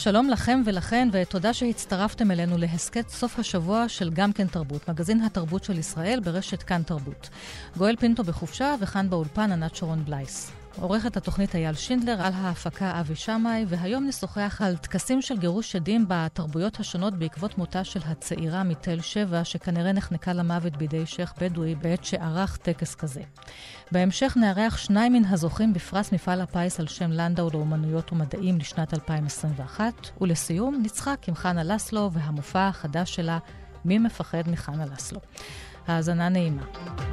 שלום לכם ולכן, ותודה שהצטרפתם אלינו להסקט סוף השבוע של גם כן תרבות, מגזין התרבות של ישראל ברשת כאן תרבות. גואל פינטו בחופשה וכאן באולפן ענת שרון בלייס. עורכת התוכנית אייל שינדלר, על ההפקה אבי שמאי, והיום נשוחח על טקסים של גירוש שדים בתרבויות השונות בעקבות מותה של הצעירה מתל שבע, שכנראה נחנקה למוות בידי שייך בדואי בעת שערך טקס כזה. בהמשך נארח שניים מן הזוכים בפרס מפעל הפיס על שם לנדאו לאומנויות ומדעים לשנת 2021, ולסיום נצחק עם חנה לסלו והמופע החדש שלה, מי מפחד מחנה לסלו. האזנה נעימה.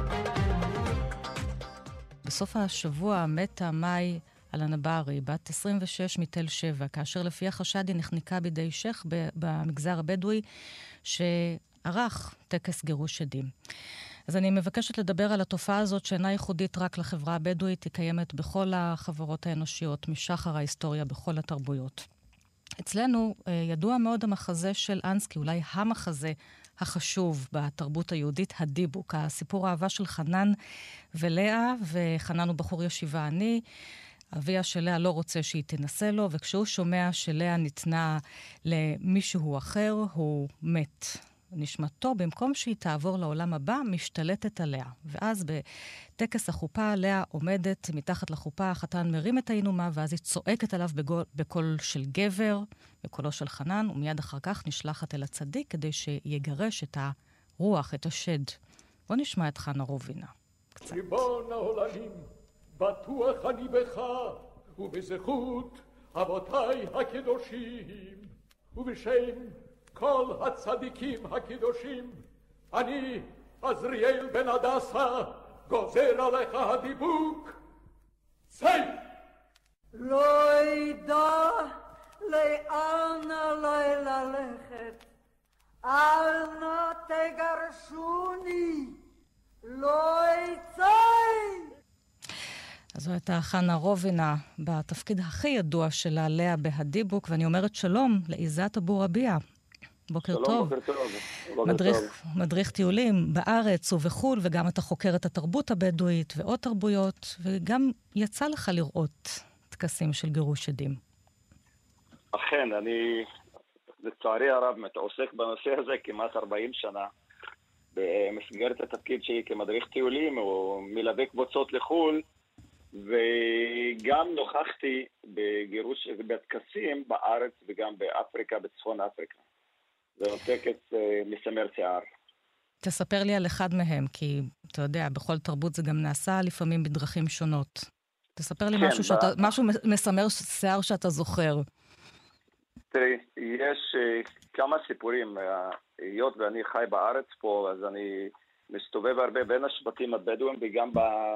בסוף השבוע מתה מאי אלנבארי, בת 26 מתל שבע, כאשר לפי החשד היא נחנקה בידי שייך במגזר הבדואי שערך טקס גירוש שדים. אז אני מבקשת לדבר על התופעה הזאת שאינה ייחודית רק לחברה הבדואית, היא קיימת בכל החברות האנושיות, משחר ההיסטוריה, בכל התרבויות. אצלנו ידוע מאוד המחזה של אנסקי, אולי המחזה החשוב בתרבות היהודית, הדיבוק, הסיפור האהבה של חנן ולאה, וחנן הוא בחור ישיבה עני, אביה של לאה לא רוצה שהיא תנסה לו, וכשהוא שומע שלאה ניתנה למישהו אחר, הוא מת. נשמתו, במקום שהיא תעבור לעולם הבא, משתלטת עליה. ואז בטקס החופה, לאה עומדת מתחת לחופה, החתן מרים את העינומה, ואז היא צועקת עליו בקול של גבר, בקולו של חנן, ומיד אחר כך נשלחת אל הצדיק, כדי שיגרש את הרוח, את השד. בוא נשמע את חנה רובינה. קצת. ריבון העולמים, בטוח אני בך, ובזכות אבותיי הקדושים, ובשם כל הצדיקים הקדושים, אני, עזריאל בן הדסה, גוזר עליך הדיבוק. צא! לא ידע לאן עלי ללכת, אל נא תגרשוני, לא יצא! אז זו הייתה חנה רובינה בתפקיד הכי ידוע שלה, לאה בהדיבוק, ואני אומרת שלום לעיזת אבו רביע. בוקר שלום, טוב. בוקר טוב. מדריך טיולים בארץ ובחול, וגם אתה חוקר את התרבות הבדואית ועוד תרבויות, וגם יצא לך לראות טקסים של גירוש שדים. אכן, אני לצערי הרב עוסק בנושא הזה כמעט 40 שנה, במסגרת התפקיד שלי כמדריך טיולים, או מלווה קבוצות לחול, וגם נוכחתי בגירוש בטקסים בארץ וגם באפריקה, בצפון אפריקה. זה טקס מסמר שיער. תספר לי על אחד מהם, כי אתה יודע, בכל תרבות זה גם נעשה לפעמים בדרכים שונות. תספר לי משהו מסמר שיער שאתה זוכר. תראי, יש כמה סיפורים. היות ואני חי בארץ פה, אז אני מסתובב הרבה בין השבטים הבדואים, וגם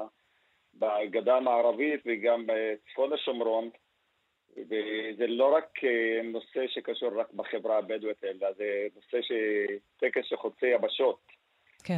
בגדה המערבית וגם בצפון השומרון. וזה לא רק נושא שקשור רק בחברה הבדואית, אלא זה נושא טקס שחוצה יבשות. כן.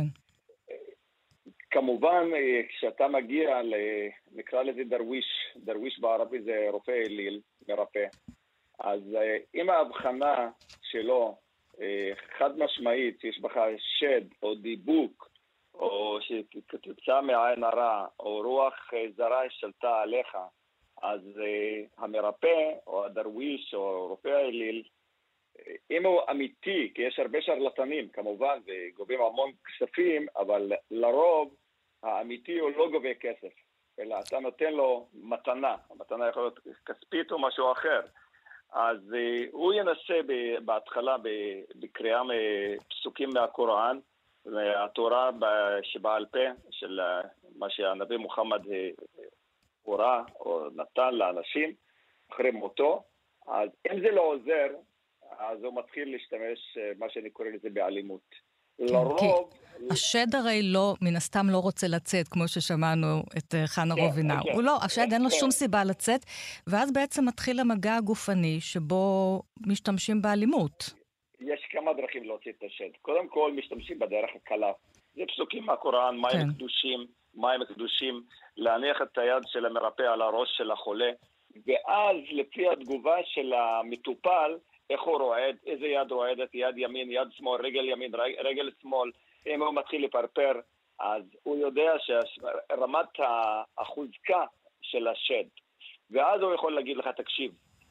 כמובן, כשאתה מגיע נקרא לזה דרוויש בערבי זה רופא אליל, מרפא. אז אם ההבחנה שלו חד משמעית, שיש בך שד או דיבוק, או שכתוצאה מעין הרע, או רוח זרה שלטה עליך, אז המרפא, או הדרוויש, או רופא האליל, אם הוא אמיתי, כי יש הרבה שרלטנים, כמובן, וגובים המון כספים, אבל לרוב, האמיתי הוא לא גובה כסף, אלא אתה נותן לו מתנה. המתנה יכול להיות כספית או משהו אחר. אז הוא ינסה בהתחלה בקריאה פסוקים מהקוראן, והתורה שבעל פה, של מה שהנביא מוחמד הורה או נתן לאנשים אחרי מותו. אז אם זה לא עוזר, אז הוא מתחיל להשתמש, מה שאני קורא לזה, באלימות. לרוב... השד הרי לא, מן הסתם לא רוצה לצאת, כמו ששמענו את חנה רובינה. הוא לא, השד אין לו שום סיבה לצאת, ואז בעצם מתחיל המגע הגופני שבו משתמשים באלימות. יש כמה דרכים להוציא את השד. קודם כל, משתמשים בדרך הקלה. זה פסוקים מהקוראן, מים קדושים, להניח את היד של המרפא על הראש של החולה, ואז לפי התגובה של המטופל, איך הוא רועד, איזה יד רועדת, יד ימין, יד שמאל, רגל ימין, רגל שמאל, אם הוא מתחיל לפרפר, אז הוא יודע שרמת החוזקה של השד, ואז הוא יכול להגיד לך, תקשיב,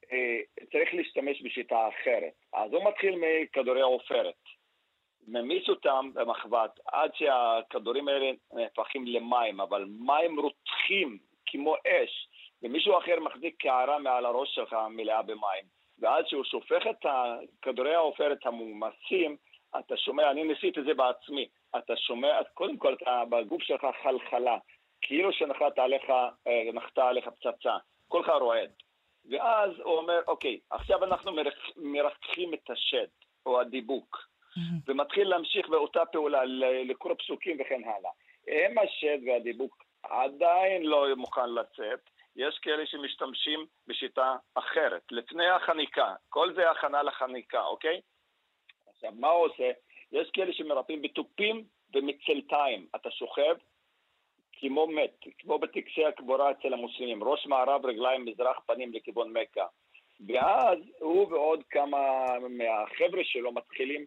צריך להשתמש בשיטה אחרת. אז הוא מתחיל מכדורי עופרת. ממיס אותם במחבת עד שהכדורים האלה נהפכים למים, אבל מים רותחים כמו אש, ומישהו אחר מחזיק קערה מעל הראש שלך מלאה במים. ואז שהוא שופך את כדורי העופרת המומסים, אתה שומע, אני ניסיתי את זה בעצמי, אתה שומע, קודם כל אתה בגוף שלך חלחלה, כאילו שנחתה עליך פצצה, כולך רועד. ואז הוא אומר, אוקיי, עכשיו אנחנו מרחכים את השד, או הדיבוק, ומתחיל להמשיך באותה פעולה, לקרוא פסוקים וכן הלאה. אם השד והדיבוק עדיין לא מוכן לצאת, יש כאלה שמשתמשים בשיטה אחרת, לפני החניקה, כל זה הכנה לחניקה, אוקיי? עכשיו, מה הוא עושה? יש כאלה שמרפאים בתופים ומצלתיים, אתה שוכב כמו מת, כמו בטקסי הקבורה אצל המוסלמים, ראש מערב, רגליים מזרח, פנים לכיוון מקה. ואז הוא ועוד כמה מהחבר'ה שלו מתחילים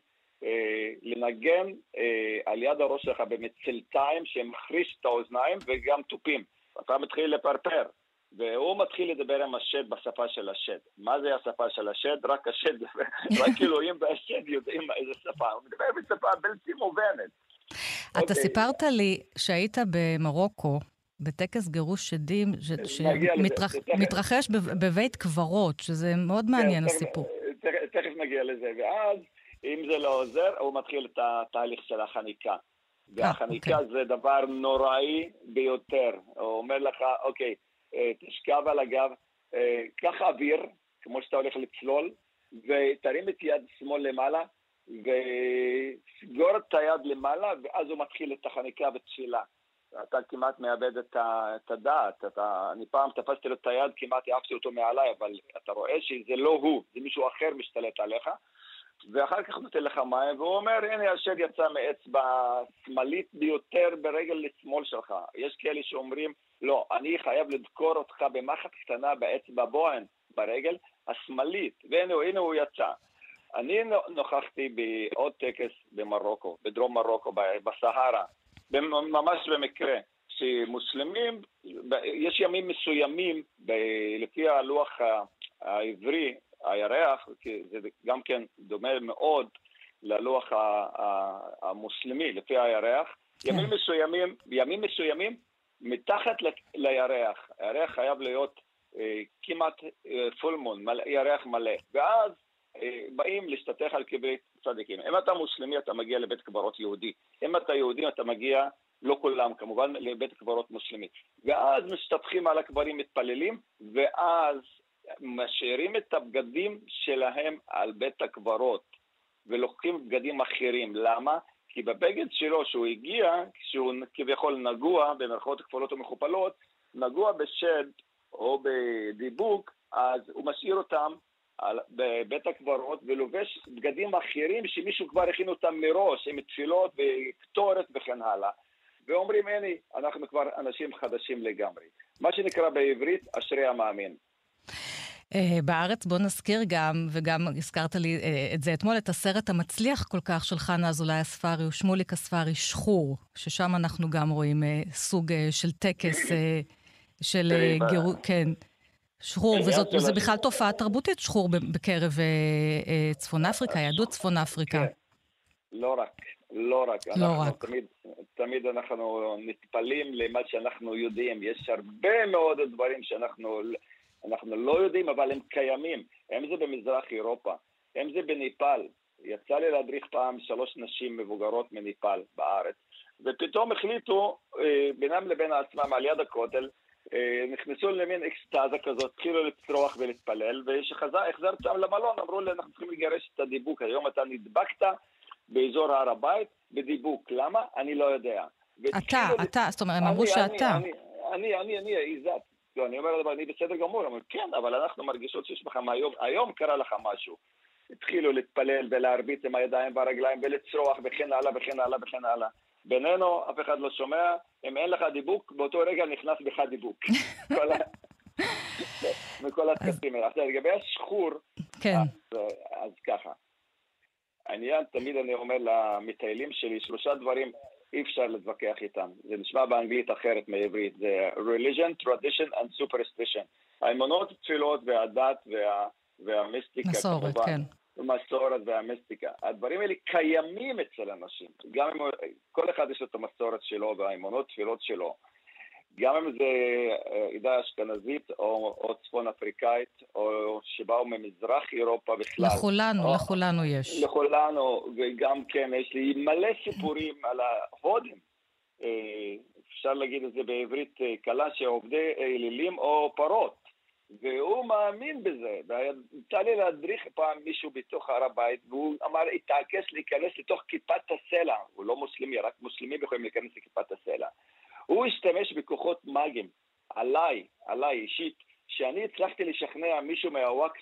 לנגן על יד הראש שלך במצלתיים שמחריש את האוזניים וגם טופים. אתה מתחיל לפרפר, והוא מתחיל לדבר עם השד בשפה של השד. מה זה השפה של השד? רק השד, רק אלוהים והשד יודעים איזה שפה. הוא מדבר בשפה בלתי מובנת. אתה סיפרת לי שהיית במרוקו, בטקס גירוש שדים, שמתרחש בבית קברות, שזה מאוד מעניין הסיפור. תכף נגיע לזה, ואז אם זה לא עוזר, הוא מתחיל את התהליך של החניקה. והחניקה זה דבר נוראי ביותר. הוא אומר לך, אוקיי, תשכב על הגב, קח אוויר, כמו שאתה הולך לצלול, ותרים את יד שמאל למעלה, וסגור את היד למעלה, ואז הוא מתחיל את החניקה ותשילה. אתה כמעט מאבד את הדעת. אני פעם תפסתי לו את היד, כמעט העפתי אותו מעליי, אבל אתה רואה שזה לא הוא, זה מישהו אחר משתלט עליך. ואחר כך נותן לך מים, והוא אומר, הנה השד יצא מאצבע שמאלית ביותר ברגל לשמאל שלך. יש כאלה שאומרים, לא, אני חייב לדקור אותך במחט קטנה באצבע בוהן, ברגל השמאלית, והנה הוא יצא. אני נוכחתי בעוד טקס במרוקו, בדרום מרוקו, בסהרה, ממש במקרה, שמוסלמים, יש ימים מסוימים, לפי הלוח העברי, הירח, זה גם כן דומה מאוד ללוח המוסלמי, לפי הירח, ימים מסוימים, מתחת לירח, הירח חייב להיות כמעט פולמון, ירח מלא, ואז באים להשתתף על קברי צדיקים. אם אתה מוסלמי, אתה מגיע לבית קברות יהודי. אם אתה יהודי, אתה מגיע, לא כולם כמובן, לבית קברות מוסלמי. ואז משתתפים על הקברים, מתפללים, ואז משאירים את הבגדים שלהם על בית הקברות, ולוקחים בגדים אחרים. למה? כי בבגד שלו, שהוא הגיע, כשהוא כביכול נגוע, במרכאות כפולות ומכופלות, נגוע בשד או בדיבוק, אז הוא משאיר אותם בבית הקברות ולובש בגדים אחרים שמישהו כבר הכין אותם מראש, עם תפילות וכתורת וכן הלאה. ואומרים, הנה, אנחנו כבר אנשים חדשים לגמרי. מה שנקרא בעברית, אשרי המאמין. בארץ בוא נזכיר גם, וגם הזכרת לי את זה אתמול, את הסרט המצליח כל כך של חנה אזולאי הספרי ושמוליק הספרי, שחור, ששם אנחנו גם רואים סוג של טקס של גירוש, כן. שחור, וזה בכלל תופעה תרבותית, שחור בקרב צפון אפריקה, יהדות צפון אפריקה. לא רק. תמיד אנחנו נטפלים למה שאנחנו יודעים. יש הרבה מאוד דברים שאנחנו לא יודעים, אבל הם קיימים. אם זה במזרח אירופה, אם זה בניפל. יצא לי להדריך פעם 3 נשים מבוגרות מניפל בארץ, ופתאום החליטו בינם לבין עצמם על יד הכותל, נכנסו למין אקסטאזה כזאת, התחילו לצרוח ולהתפלל, והחזרתם למלון, אמרו לי, אנחנו צריכים לגרש את הדיבוק, היום אתה נדבקת באזור הר הבית בדיבוק, למה? אני לא יודע. אתה, זאת אומרת, הם אמרו שאתה. אני עיזת, אני אומר, אני בסדר גמור, אמרו, כן, אבל אנחנו מרגישות שיש בכם היום קרה לך משהו. התחילו להתפלל ולהרביץ עם הידיים והרגליים ולצרוח וכן הלאה. בינינו, אף אחד לא שומע, אם אין לך דיבוק, באותו רגע נכנס בך דיבוק. מכל התקפים האלה. עכשיו, לגבי השחור, אז ככה. העניין, תמיד אני אומר למטיילים שלי, 3 דברים אי אפשר להתווכח איתם. זה נשמע באנגלית אחרת מעברית. זה religion, tradition and superstition. האמונות, תפילות והדת והמיסטיקה. מסורת, כמובן. כן. המסורת והמיסטיקה. הדברים האלה קיימים אצל אנשים. גם אם כל אחד יש לו את המסורת שלו והאמונות, תפילות שלו. גם אם זה עדה אשכנזית או צפון אפריקאית, או שבאו ממזרח אירופה בכלל. לכולנו יש. לכולנו, וגם כן, יש לי מלא סיפורים על ההודים. אפשר להגיד את זה בעברית קלה, שעובדי אלילים או פרות. והוא מאמין בזה. ויצא לי להדריך פעם מישהו בתוך הר הבית, והוא אמר, התעקש להיכנס לתוך כיפת הסלע. הוא לא מוסלמי, רק מוסלמים יכולים להיכנס לכיפת הסלע. הוא השתמש בכוחות מאגיים, עליי אישית, שאני הצלחתי לשכנע מישהו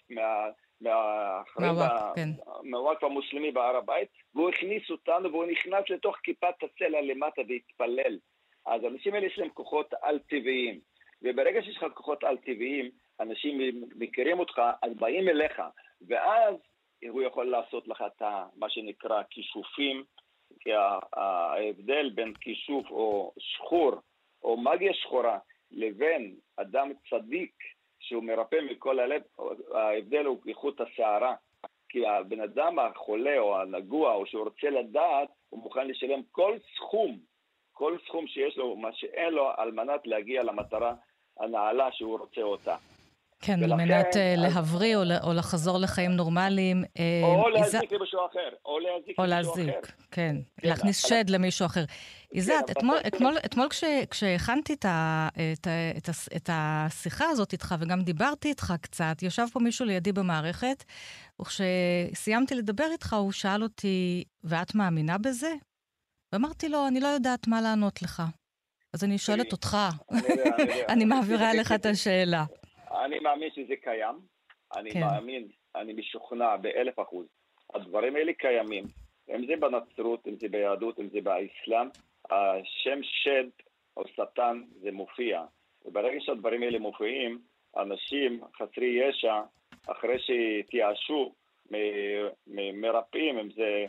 מהוואקף המוסלמי בהר הבית, והוא הכניס אותנו, והוא נכנס לתוך כיפת הסלע למטה והתפלל. אז אנשים האלה יש להם כוחות על-טבעיים, וברגע שיש לך כוחות על-טבעיים, אנשים מכירים אותך, אז באים אליך, ואז הוא יכול לעשות לך את מה שנקרא כישופים, כי ההבדל בין כישוף או שחור או מגיה שחורה לבין אדם צדיק שהוא מרפא מכל הלב, ההבדל הוא איכות השערה. כי הבן אדם החולה או הנגוע או שהוא רוצה לדעת, הוא מוכן לשלם כל סכום שיש לו, מה שאין לו, על מנת להגיע למטרה הנעלה שהוא רוצה אותה. כן, על מנת להבריא או לחזור לחיים נורמליים. או להזיק למישהו אחר. או להזיק, כן. להכניס שד למישהו אחר. איזת, אתמול כשהכנתי את השיחה הזאת איתך, וגם דיברתי איתך קצת, ישב פה מישהו לידי במערכת, וכשסיימתי לדבר איתך, הוא שאל אותי, ואת מאמינה בזה? ואמרתי לו, אני לא יודעת מה לענות לך. אז אני שואלת אותך. אני מעבירה לך את השאלה. אני מאמין שזה קיים, אני משוכנע ב1,000%. הדברים האלה קיימים, אם זה בנצרות, אם זה ביהדות, אם זה באסלאם, השם שד או שטן זה מופיע. וברגע שהדברים האלה מופיעים, אנשים חסרי ישע, אחרי שתייאשו מרפאים, אם זה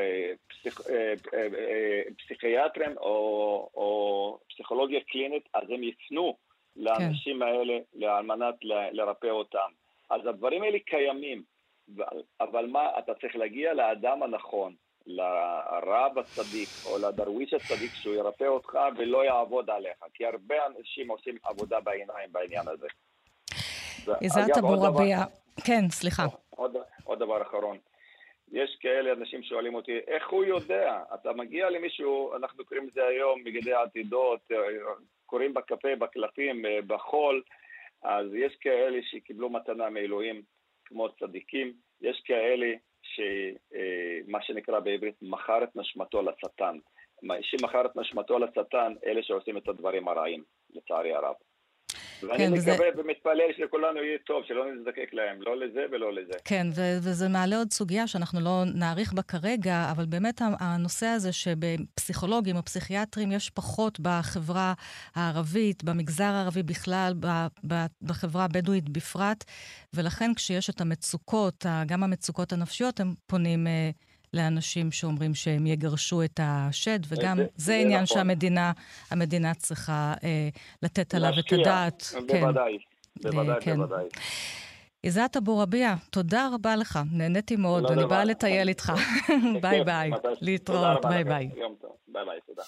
פסיכיאטרים או פסיכולוגיה קלינית, אז הם יפנו לאנשים האלה על מנת לרפא אותם. אז הדברים האלה קיימים, אבל מה, אתה צריך להגיע לאדם הנכון, לרב הצדיק או לדרוויש הצדיק שהוא ירפא אותך ולא יעבוד עליך, כי הרבה אנשים עושים עבודה בעיניים בעניין הזה. איזת אבו רביע, כן, סליחה. עוד דבר אחרון. יש כאלה אנשים שואלים אותי, איך הוא יודע? אתה מגיע למישהו, אנחנו קוראים לזה היום מגדי עתידות, קוראים בקפה, בקלפים, בחול, אז יש כאלה שקיבלו מתנה מאלוהים כמו צדיקים, יש כאלה שמה שנקרא בעברית מחר את נשמתו לשטן. שמחר את נשמתו לשטן, אלה שעושים את הדברים הרעים, לצערי הרב. ואני מקווה ומתפלל שלכולנו יהיה טוב, שלא נזדקק להם, לא לזה ולא לזה. כן, וזה מעלה עוד סוגיה שאנחנו לא נעריך בה כרגע, אבל באמת הנושא הזה שבפסיכולוגים או פסיכיאטרים יש פחות בחברה הערבית, במגזר הערבי בכלל, בחברה הבדואית בפרט, ולכן כשיש את המצוקות, גם המצוקות הנפשיות, הם פונים לאנשים שאומרים שהם יגרשו את השד, וגם זה עניין שהמדינה צריכה לתת עליו את הדעת. בוודאי. איזת אבו רביע, תודה רבה לך, נהניתי מאוד, ואני באה לטייל איתך. ביי ביי, להתראות, ביי ביי. יום טוב, ביי ביי, תודה.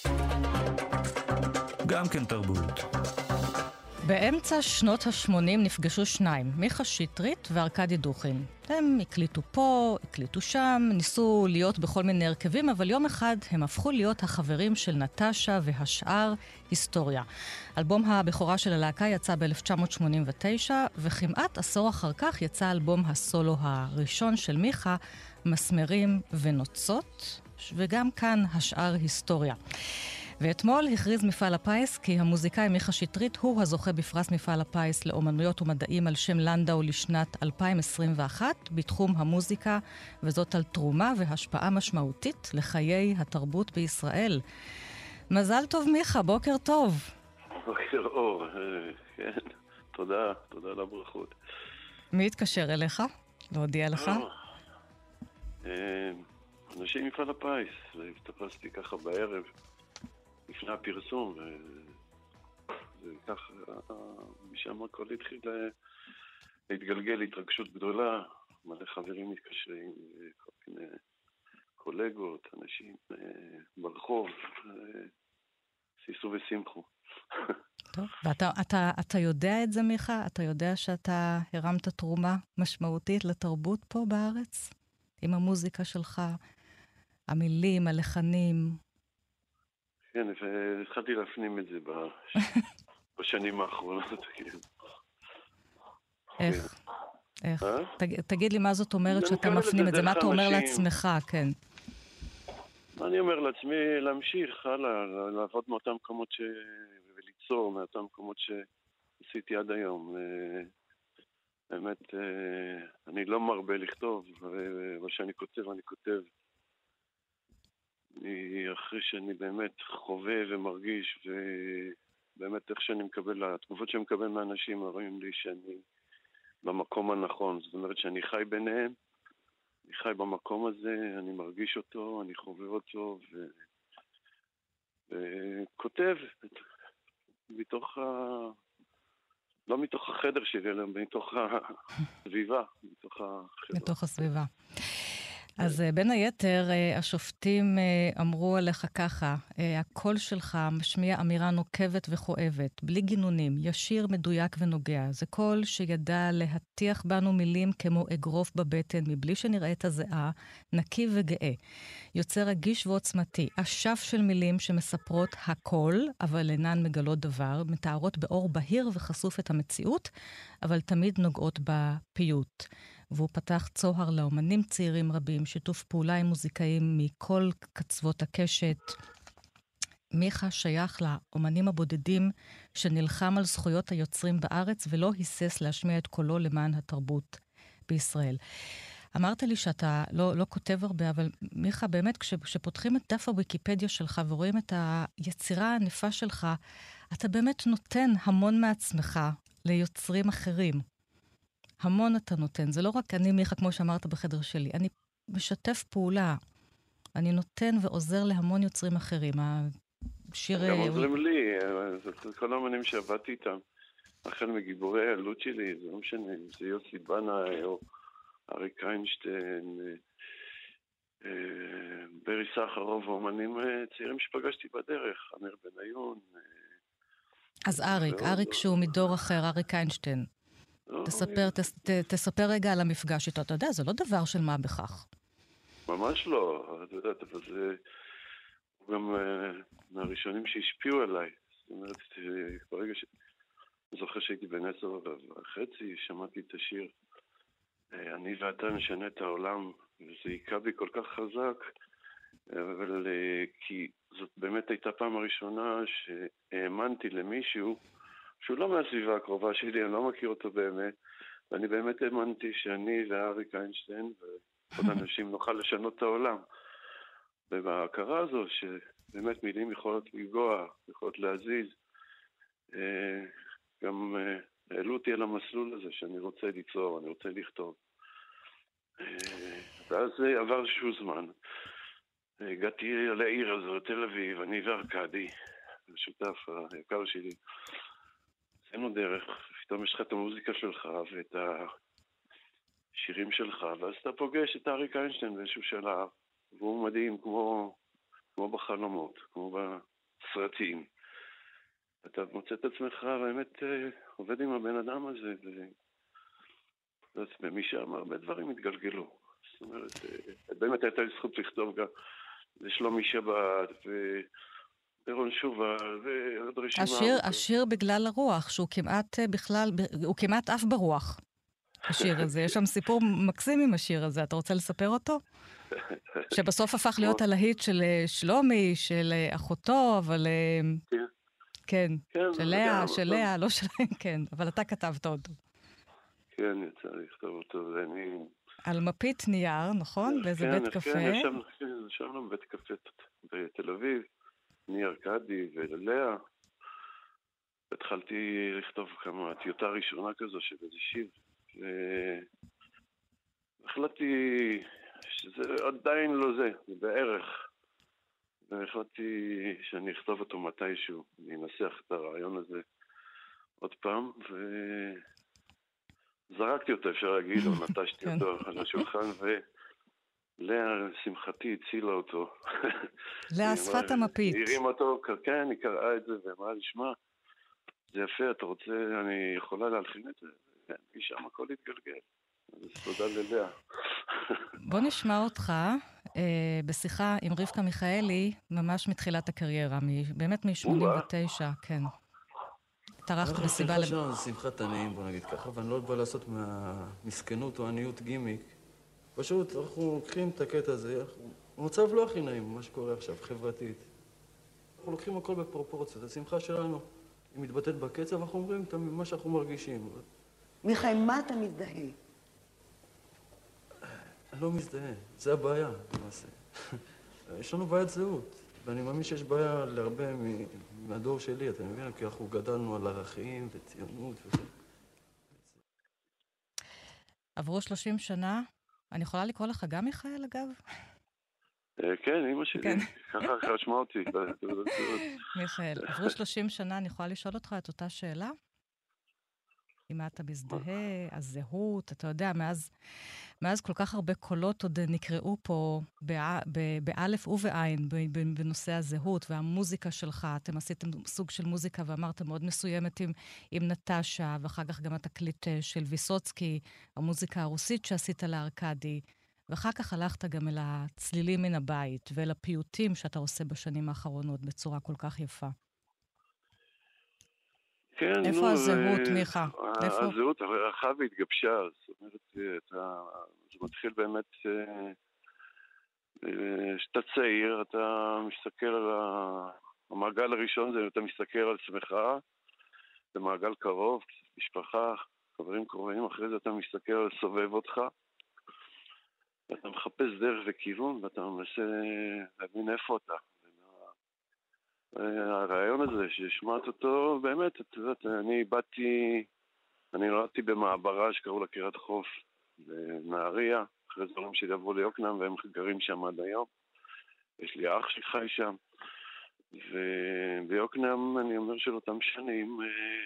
גם כן תרבות. באמצע שנות ה-80 נפגשו שניים, מיכה שטרית וארקדי דוכין. הם הקליטו פה, הקליטו שם, ניסו להיות בכל מיני הרכבים, אבל יום אחד הם הפכו להיות החברים של נטשה והשאר היסטוריה. אלבום הבכורה של הלהקה יצא ב-1989, וכמעט עשור אחר כך יצא אלבום הסולו הראשון של מיכה, מסמרים ונוצות, וגם כאן השאר היסטוריה. ואתמול הכריז מפעל הפיס כי המוזיקאי מיכה שטרית הוא הזוכה בפרס מפעל הפיס לאומנויות ומדעים על שם לנדאו לשנת 2021 בתחום המוזיקה, וזאת על תרומה והשפעה משמעותית לחיי התרבות בישראל. מזל טוב מיכה, בוקר טוב. בוקר אור, כן, תודה על הברכות. מי התקשר אליך? להודיע לך? אנשי מפעל הפיס, והתאפסתי ככה בערב, לפני הפרסום, וככה, משם הכל התחיל להתגלגל, התרגשות גדולה, מלא חברים מתקשרים, כל מיני קולגות, אנשים ברחוב, סיסו ושמחו. טוב, ואתה יודע את זה, מיכה? אתה יודע שאתה הרמת תרומה משמעותית לתרבות פה בארץ? עם המוזיקה שלך, המילים, הלחנים. כן, והתחלתי להפנים את זה בשנים האחרונות. איך? תגיד לי מה זאת אומרת שאתה מפנים את זה, מה אתה אומר לעצמך, כן. אני אומר לעצמי להמשיך הלאה, לעבוד מאותם מקומות וליצור מאותם מקומות שעשיתי עד היום. באמת, אני לא מרבה לכתוב, אבל כשאני כותב, אני כותב. אחרי שאני באמת חווה ומרגיש, ובאמת איך שאני מקבל, התגובות שאני מקבל מאנשים מראים לי שאני במקום הנכון. זאת אומרת שאני חי ביניהם, אני חי במקום הזה, אני מרגיש אותו, אני חווה אותו, וכותב מתוך לא מתוך החדר שלי, אלא מתוך הסביבה, מתוך הסביבה. אז בין היתר, השופטים אמרו עליך ככה, הקול שלך משמיע אמירה נוקבת וכואבת, בלי גינונים, ישיר, מדויק ונוגע. זה קול שידע להטיח בנו מילים כמו אגרוף בבטן, מבלי שנראה את הזיעה, נקי וגאה. יוצר רגיש ועוצמתי, אשף של מילים שמספרות הכל, אבל אינן מגלות דבר, מתארות באור בהיר וחשוף את המציאות, אבל תמיד נוגעות בפיוט. והוא פתח צוהר לאומנים צעירים רבים, שיתוף פעולה עם מוזיקאים מכל קצוות הקשת. מיכה שייך לאומנים הבודדים שנלחם על זכויות היוצרים בארץ ולא היסס להשמיע את קולו למען התרבות בישראל. אמרת לי שאתה לא כותב הרבה, אבל מיכה, באמת, כשפותחים את דף הוויקיפדיה שלך ורואים את היצירה הענפה שלך, אתה באמת נותן המון מעצמך ליוצרים אחרים. המון אתה נותן. זה לא רק אני, מיכה, כמו שאמרת בחדר שלי. אני משתף פעולה. אני נותן ועוזר להמון יוצרים אחרים. השיר... גם עוזרים לי. כל האמנים שעבדתי איתם, החל מגיבורי העלות שלי, זה לא משנה, זה יוסי בנאי, או אריק איינשטיין, ברי סחרוף, אומנים צעירים שפגשתי בדרך, אמיר בניון. אז אריק שהוא מדור אחר, אריק איינשטיין. תספר רגע על המפגש איתו. אתה יודע, זה לא דבר של מה בכך. ממש לא. אתה יודע, אבל זה גם מהראשונים שהשפיעו עליי. זאת אומרת, ברגע אני זוכר שהייתי בן 10.5, שמעתי את השיר אני ואתה נשנה את העולם, וזה היכה בי כל כך חזק, אבל כי זאת באמת הייתה פעם הראשונה שהאמנתי למישהו שהוא לא מהסביבה הקרובה שלי, אני לא מכיר אותו באמת, ואני באמת האמנתי שאני ואריק איינשטיין ועוד אנשים נוכל לשנות את העולם. ובהכרה הזו שבאמת מילים יכולות לגוע, יכולות להזיז, גם העלו אותי על המסלול הזה שאני רוצה ליצור, אני רוצה לכתוב. ואז עבר איזשהו זמן. הגעתי לעיר הזו, תל אביב, אני וארקדי, השותף היקר שלי. עשינו דרך, פתאום יש לך את המוזיקה שלך ואת השירים שלך, ואז אתה פוגש את אריק איינשטיין באיזשהו שלב, והוא מדהים כמו בחלומות, כמו בסרטים. אתה מוצא את עצמך באמת עובד עם הבן אדם הזה, ומי שאמר, הרבה דברים התגלגלו. זאת אומרת, באמת הייתה לי זכות לכתוב גם לשלומי שבת, ורון שובה, ועוד רשימה. השיר בגלל הרוח, שהוא כמעט בכלל, הוא כמעט אף ברוח, השיר הזה. יש שם סיפור מקסים עם השיר הזה. אתה רוצה לספר אותו? שבסוף הפך להיות הלהיט של שלומי, של אחותו, אבל... כן, של לאה, לא שלהם, כן, אבל אתה כתבת אותו. כן, יצא לכתוב אותו, ואני... על מפית נייר, נכון? באיזה בית קפה? כן, ישבנו בבית קפה בתל אביב, אני ארקדי וללאה. התחלתי לכתוב כמה טיוטה ראשונה כזו של איזה שיר, והחלטתי שזה עדיין לא זה, זה בערך. והחלטתי שאני אכתוב אותו מתישהו, אני אנסח את הרעיון הזה עוד פעם, וזרקתי אותו, אפשר להגיד, או נטשתי אותו על השולחן, ולאה, לשמחתי, הצילה אותו. לאה, שפת המפית. הרים אותו, כן, היא קראה את זה, ואמרה לי, שמע, זה יפה, אתה רוצה, אני יכולה להלחין את זה? כן, משם הכל התגלגל. אז תודה ללאה. בוא נשמע אותך בשיחה עם רבקה מיכאלי, ממש מתחילת הקריירה, באמת מ-89, כן. טרחת בסיבה... השמחה שלנו זה שמחת עניים, בוא נגיד ככה, ואני לא בא לעשות מהמסכנות או עניות גימיק. פשוט אנחנו לוקחים את הקטע הזה, המצב לא הכי נעים, מה שקורה עכשיו, חברתית. אנחנו לוקחים הכל בפרופורציות, השמחה שלנו היא מתבטאת בקצב, אנחנו אומרים את מה שאנחנו מרגישים. מיכאל, מה אתה מזדהה? אני לא מזדהה, זה הבעיה, למעשה. יש לנו בעיית זהות, ואני מאמין שיש בעיה להרבה מהדור שלי, אתה מבין? כי אנחנו גדלנו על ערכים וציונות וזה. עברו 30 שנה, אני יכולה לקרוא לך גם מיכאל, אגב? כן, אמא שלי, ככה חשמה אותי. מיכאל, עברו 30 שנה, אני יכולה לשאול אותך את אותה שאלה? עם מה אתה מזדהה, הזהות, אתה יודע, מאז כל כך הרבה קולות עוד נקראו פה באלף ובעין בנושא הזהות והמוזיקה שלך. אתם עשיתם סוג של מוזיקה ואמרתם מאוד מסוימת עם נטשה, ואחר כך גם התקליט של ויסוצקי, המוזיקה הרוסית שעשית לארקדי, ואחר כך הלכת גם אל הצלילים מן הבית ואל הפיוטים שאתה עושה בשנים האחרונות בצורה כל כך יפה. כן, איפה הזהות, מיכה? הזהות הלכה והתגבשה, זאת אומרת, זה מתחיל באמת, שאתה צעיר, אתה מסתכל על המעגל הראשון, אתה מסתכל על עצמך, זה מעגל קרוב, משפחה, חברים קרובים, אחרי זה אתה מסתכל על סובב אותך, ואתה מחפש דרך וכיוון, ואתה מנסה להבין איפה אתה. הרעיון הזה ששמעת אותו, באמת, את יודעת, אני נולדתי במעברה שקראו לה קריית חוף בנהריה, אחרי זה הורים שלי עברו ליוקנעם והם גרים שם עד היום. יש לי אח שחי שם, וביוקנעם, אני אומר של אותם שנים,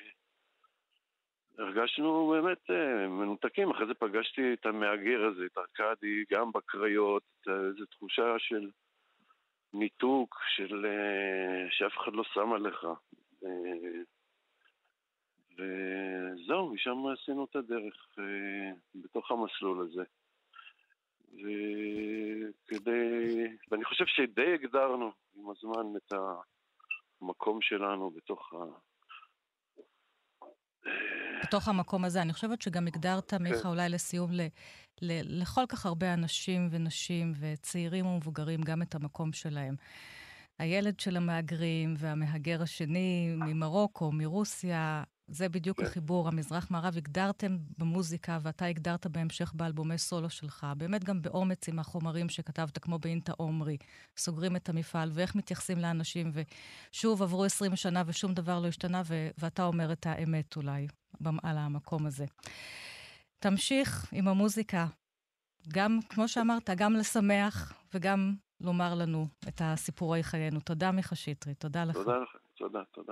הרגשנו באמת מנותקים. אחרי זה פגשתי את המאגר הזה, את ארקדי, גם בקריות, איזו תחושה של ניתוק, שאף אחד לא שם עליך. וזהו, משם עשינו את הדרך בתוך המסלול הזה. ואני חושב שדי הגדרנו עם הזמן את המקום שלנו בתוך המקום הזה. אני חושבת שגם הגדרת, מיכה, אולי לסיום, לכל כך הרבה אנשים ונשים וצעירים ומבוגרים, גם את המקום שלהם. הילד של המהגרים והמהגר השני ממרוקו, מרוסיה, זה בדיוק החיבור, המזרח-מערב. הגדרתם במוזיקה, ואתה הגדרת בהמשך באלבומי סולו שלך, באמת גם באומץ עם החומרים שכתבת, כמו באינטה עומרי, סוגרים את המפעל, ואיך מתייחסים לאנשים, ושוב עברו 20 שנה ושום דבר לא השתנה, ואתה אומר את האמת אולי, על המקום הזה. תמשיך עם המוזיקה, גם, כמו שאמרת, גם לשמח, וגם לומר לנו את הסיפורי חיינו. תודה, מיכה שטרית, תודה לך. תודה לך, תודה.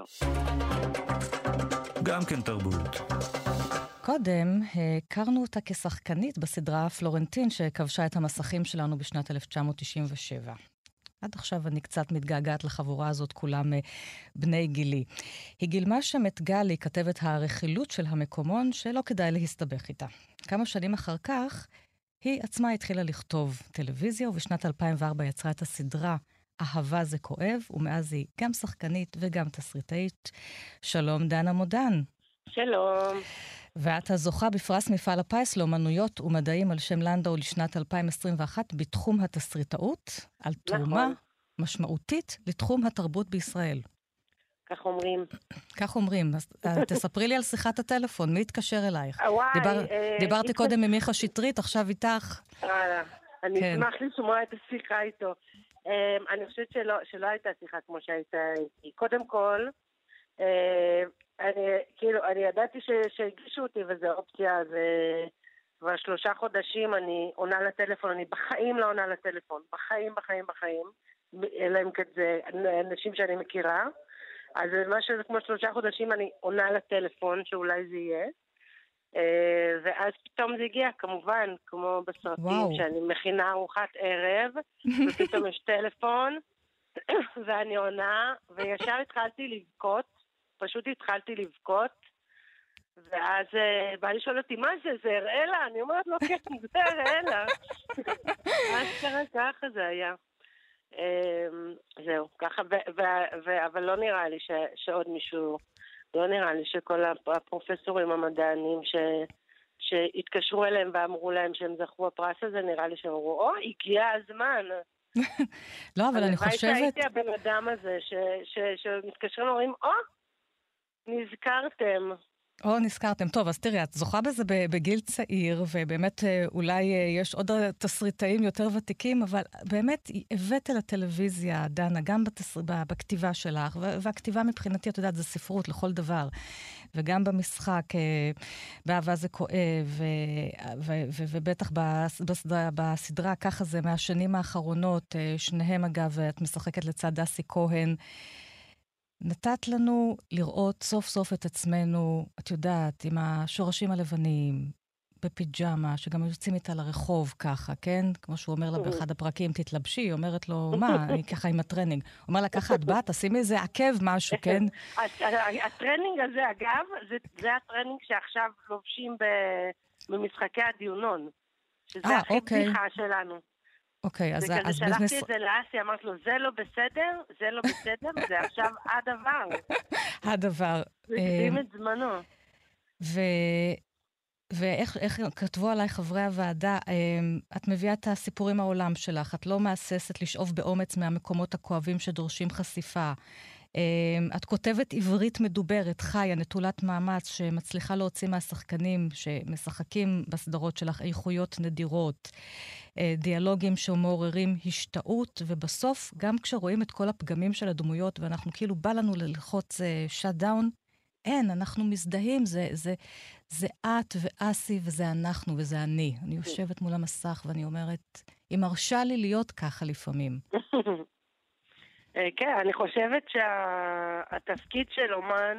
גם כן תרבות. קודם הכרנו אותה כשחקנית בסדרה פלורנטין שכבשה את המסכים שלנו בשנת 1997. עד עכשיו אני קצת מתגעגעת לחבורה הזאת, כולם בני גילי. היא גילמה שם את גלי, כתבת הרכילות של המקומון, שלא כדאי להסתבך איתה. כמה שנים אחר כך, היא עצמה התחילה לכתוב טלוויזיה, ובשנת 2004 יצרה את הסדרה אהבה זה כואב, ומאז היא גם שחקנית וגם תסריטאית. שלום דנה מודן. שלום. ואת הזוכה בפרס מפעל הפיס לאמנויות ומדעים על שם לנדאו לשנת 2021 בתחום התסריטאות, על תרומה משמעותית לתחום התרבות בישראל. כך אומרים. כך אומרים. אז תספרי לי על שיחת הטלפון, מי התקשר אלייך? דיברתי קודם עם מיכה שטרית, עכשיו איתך. אני אשמח לשמוע את השיחה איתו. אני חושבת שלא הייתה שיחה כמו שהייתה איתי. קודם כל, אני ידעתי שהגישו אותי וזו אופציה, כבר 3 חודשים אני עונה לטלפון, אני בחיים לא עונה לטלפון, בחיים, אלא אם כזה אנשים שאני מכירה, אז משהו כמו 3 חודשים אני עונה לטלפון, שאולי זה יהיה, ואז פתאום זה הגיע, כמובן, כמו בסרטים, שאני מכינה ארוחת ערב, ופתאום יש טלפון, ואני עונה, וישר פשוט התחלתי לבכות, ואז בא לשאול אותי, מה זה? זה הראלה? אני אומרת לו, כן, זה הראלה. ככה זה היה. זהו, ככה, אבל לא נראה לי שעוד מישהו, לא נראה לי שכל הפרופסורים המדענים שהתקשרו אליהם ואמרו להם שהם זכו הפרס הזה, נראה לי שאמרו, הגיע הזמן. לא, אבל אני חושבת... הייתי הבן אדם הזה שמתקשרים ואומרים, נזכרתם. נזכרתם. טוב, אז תראי, את זוכה בזה בגיל צעיר, ובאמת אולי יש עוד תסריטאים יותר ותיקים, אבל באמת הבאת לטלוויזיה, דנה, גם בכתיבה שלך, והכתיבה מבחינתי, את יודעת, זה ספרות לכל דבר, וגם במשחק, באהבה זה כואב, ובטח בסדרה, ככה זה מהשנים האחרונות, שניהם אגב, את משחקת לצד דסי כהן, נתת לנו לראות סוף סוף את עצמנו, את יודעת, עם השורשים הלבנים, בפיג'מה, שגם יוצאים איתה לרחוב ככה, כן? כמו שהוא אומר לה באחד הפרקים, תתלבשי, היא אומרת לו, מה? אני ככה עם הטרנינג. הוא אומר לה, ככה את באה, תשימי איזה עקב משהו, כן? הטרנינג הזה, אגב, זה הטרנינג שעכשיו לובשים במשחקי הדיונון. שזה הכי בדיחה שלנו. אוקיי, אז שלחתי את זה לאסי, אמרת לו, זה לא בסדר, זה עכשיו הדבר. זה קדים את זמנו. ואיך כתבו עליי חברי הוועדה, את מביאה את הסיפורים העולם שלך, את לא מהססת לשאוף באומץ מהמקומות הכואבים שדורשים חשיפה. את כותבת עברית מדוברת, חיה, נטולת מאמץ, שמצליחה להוציא מהשחקנים שמשחקים בסדרות שלך איכויות נדירות, דיאלוגים שמעוררים השתאות, ובסוף, גם כשרואים את כל הפגמים של הדמויות, ואנחנו כאילו בא לנו ללחוץ shut down, אנחנו מזדהים, זה את ואסי, וזה אנחנו וזה אני. אני יושבת מול המסך ואני אומרת, היא מרשה לי להיות ככה לפעמים. כן, אני חושבת שהתפקיד של אומן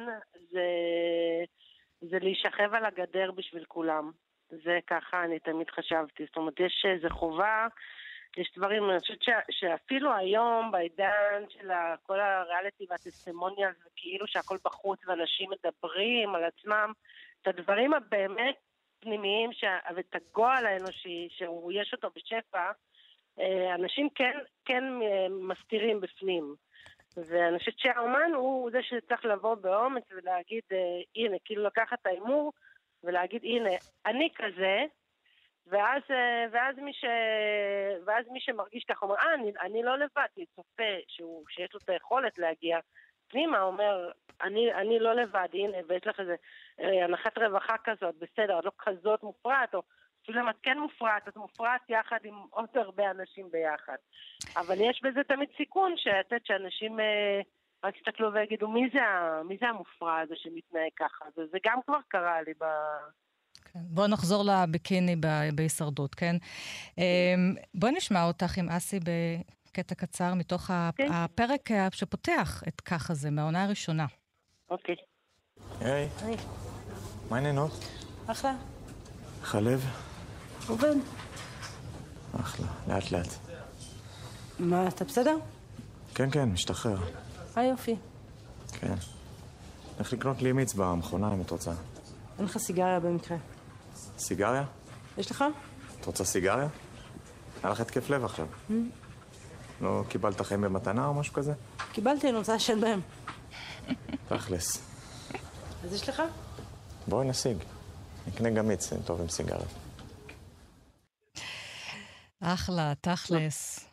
זה להישכב על הגדר בשביל כולם. זה ככה אני תמיד חשבתי. זאת אומרת, יש איזו חובה, יש דברים, אני חושבת שאפילו היום, בעידן של כל הריאליטי והטסטימוניאל, זה כאילו שהכל בחוץ ואנשים מדברים על עצמם, את הדברים הבאמת פנימיים, ואת הגועל האנושי, שיש אותו בשפע, אנשים כן מסתירים בפנים. ואני חושבת שהאומן הוא זה שצריך לבוא באומץ ולהגיד, הנה, כאילו לקחת את האימור, ולהגיד, הנה, אני כזה, ואז מי שמרגיש ככה אומר, אני לא לבד, אני צופה שיש לו את היכולת להגיע פנימה, אומר, אני לא לבד, הנה, ויש לך איזה הנחת רווחה כזאת, בסדר, את לא כזאת מופרעת, או אפילו אם את כן מופרעת, את מופרעת יחד עם עוד הרבה אנשים ביחד. אבל יש בזה תמיד סיכון, שאנשים רק יסתכלו ויגידו, מי זה המופרע הזה שמתנהג ככה? וזה גם כבר קרה לי כן. בואו נחזור לביקיני בהישרדות, כן? בואו נשמע אותך עם אסי בקטע קצר מתוך הפרק שפותח את ככה זה, מהעונה הראשונה. אוקיי. היי. מה העניינות? אחלה. איך הלב? עובד. אחלה, לאט לאט. מה, אתה בסדר? כן, משתחרר. יופי. כן. איך לקנות לי מיץ במכונה אם את רוצה? אין לך סיגריה במקרה. סיגריה? יש לך? את רוצה סיגריה? היה לך התקף לב עכשיו. לא קיבלת חיים במתנה או משהו כזה? קיבלתי, אני רוצה לשן בהם. תכלס. אז יש לך? בואי נשיג. נקנה גם מיץ, טוב עם סיגריה. אחלה, תכלס.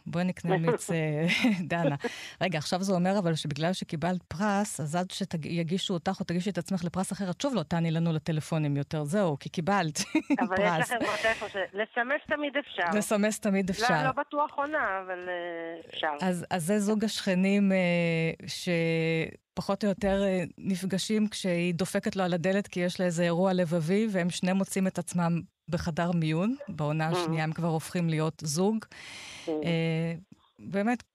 בואי נקנה מיץ, דנה. רגע, עכשיו זה אומר אבל שבגלל שקיבלת פרס, אז עד שיגישו אותך או תגישי את עצמך לפרס אחר, את שוב לא תעני לנו לטלפונים יותר, זהו, כי קיבלת פרס. אבל יש לכם בטלפון לסמס תמיד אפשר. לסמס תמיד אפשר. לא בטוח עונה, אבל אפשר. אז זה זוג השכנים שפחות או יותר נפגשים כשהיא דופקת לו על הדלת, כי יש לה איזה אירוע לבבי, והם שני מוצאים את עצמם בחדר מיון. בעונה השנייה הם כבר הופכים להיות זוג. באמת,